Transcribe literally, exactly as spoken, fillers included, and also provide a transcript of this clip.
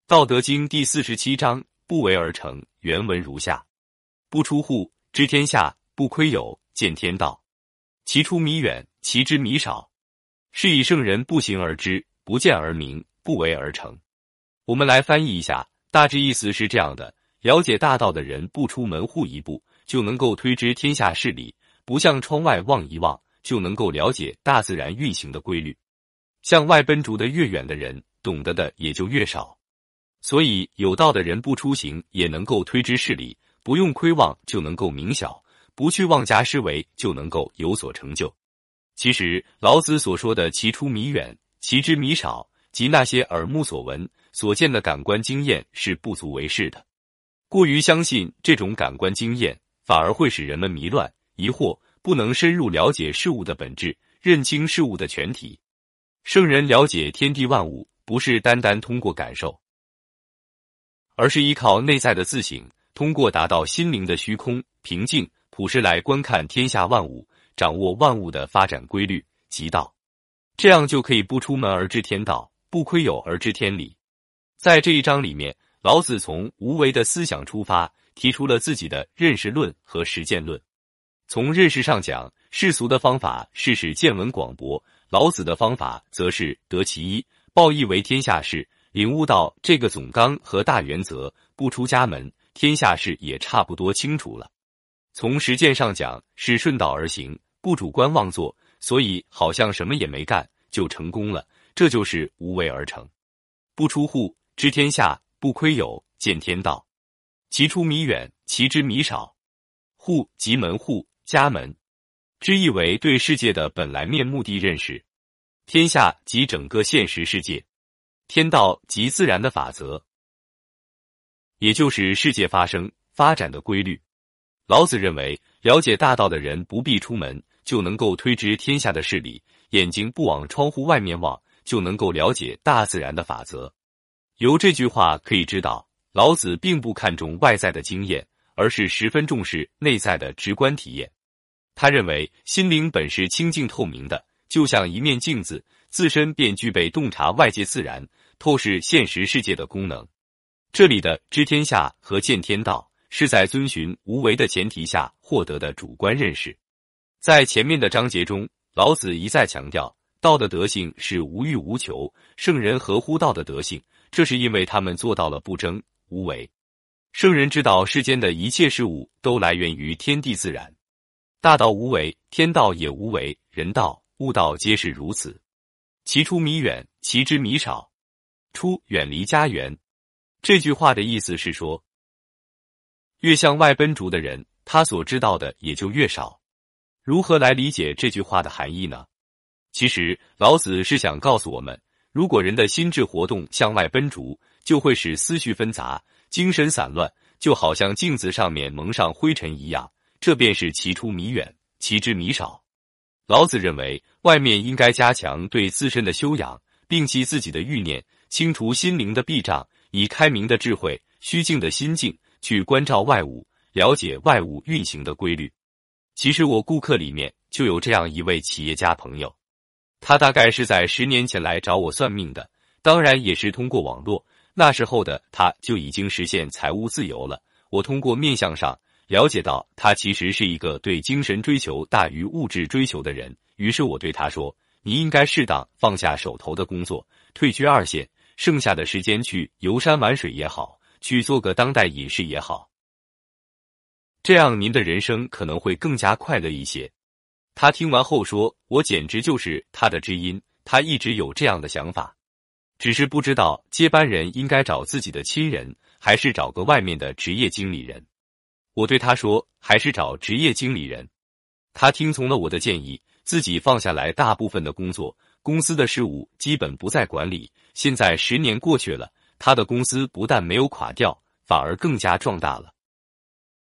道德经第四十七章，不为而成，原文如下：不出户，知天下；不窥有，见天道。其出弥远，其知弥少。是以圣人不行而知，不见而明，不为而成。我们来翻译一下，大致意思是这样的：了解大道的人不出门户一步，就能够推知天下事理，不向窗外望一望，就能够了解大自然运行的规律。向外奔逐的越远的人，懂得的也就越少。所以有道的人不出行也能够推知事理，不用窥望就能够明晓，不去妄加施为就能够有所成就。其实老子所说的其出弥远，其知弥少，即那些耳目所闻所见的感官经验是不足为是的。过于相信这种感官经验，反而会使人们迷乱疑惑，不能深入了解事物的本质，认清事物的全体。圣人了解天地万物，不是单单通过感受，而是依靠内在的自省，通过达到心灵的虚空、平静、朴实来观看天下万物，掌握万物的发展规律即道。这样就可以不出门而知天道，不窥有而知天理。在这一章里面，老子从无为的思想出发，提出了自己的认识论和实践论。从认识上讲，世俗的方法是使见闻广博，老子的方法则是得其一，报以为天下事，领悟到这个总纲和大原则，不出家门，天下事也差不多清楚了。从实践上讲，是顺道而行，不主观妄作，所以好像什么也没干就成功了，这就是无为而成。不出户，知天下；不窥有，见天道。其出弥远，其知弥少。户即门户、家门，之意为对世界的本来面目的认识。天下即整个现实世界，天道即自然的法则，也就是世界发生发展的规律。老子认为，了解大道的人不必出门，就能够推知天下的事理，眼睛不往窗户外面望，就能够了解大自然的法则。由这句话可以知道，老子并不看重外在的经验，而是十分重视内在的直观体验。他认为心灵本是清净透明的，就像一面镜子，自身便具备洞察外界自然、透视现实世界的功能。这里的知天下和见天道，是在遵循无为的前提下获得的主观认识。在前面的章节中，老子一再强调，道的德性是无欲无求，圣人合乎道的德性，这是因为他们做到了不争、无为。圣人知道世间的一切事物都来源于天地自然，大道无为，天道也无为，人道、物道皆是如此。其出弥远，其知弥少。出，远离家园。这句话的意思是说，越向外奔逐的人，他所知道的也就越少。如何来理解这句话的含义呢？其实老子是想告诉我们，如果人的心智活动向外奔逐，就会使思绪纷杂，精神散乱，就好像镜子上面蒙上灰尘一样，这便是其出弥远，其知弥少。老子认为，外面应该加强对自身的修养，摒弃自己的欲念，清除心灵的壁障，以开明的智慧、虚静的心境去关照外物，了解外物运行的规律。其实我顾客里面就有这样一位企业家朋友，他大概是在十年前来找我算命的，当然也是通过网络，那时候的他就已经实现财务自由了。我通过面相上了解到他其实是一个对精神追求大于物质追求的人，于是我对他说，你应该适当放下手头的工作，退居二线，剩下的时间去游山玩水也好，去做个当代隐士也好，这样您的人生可能会更加快乐一些。他听完后说，我简直就是他的知音，他一直有这样的想法，只是不知道接班人应该找自己的亲人，还是找个外面的职业经理人。我对他说，还是找职业经理人。他听从了我的建议，自己放下来大部分的工作，公司的事务基本不再管理。现在十年过去了，他的公司不但没有垮掉，反而更加壮大了。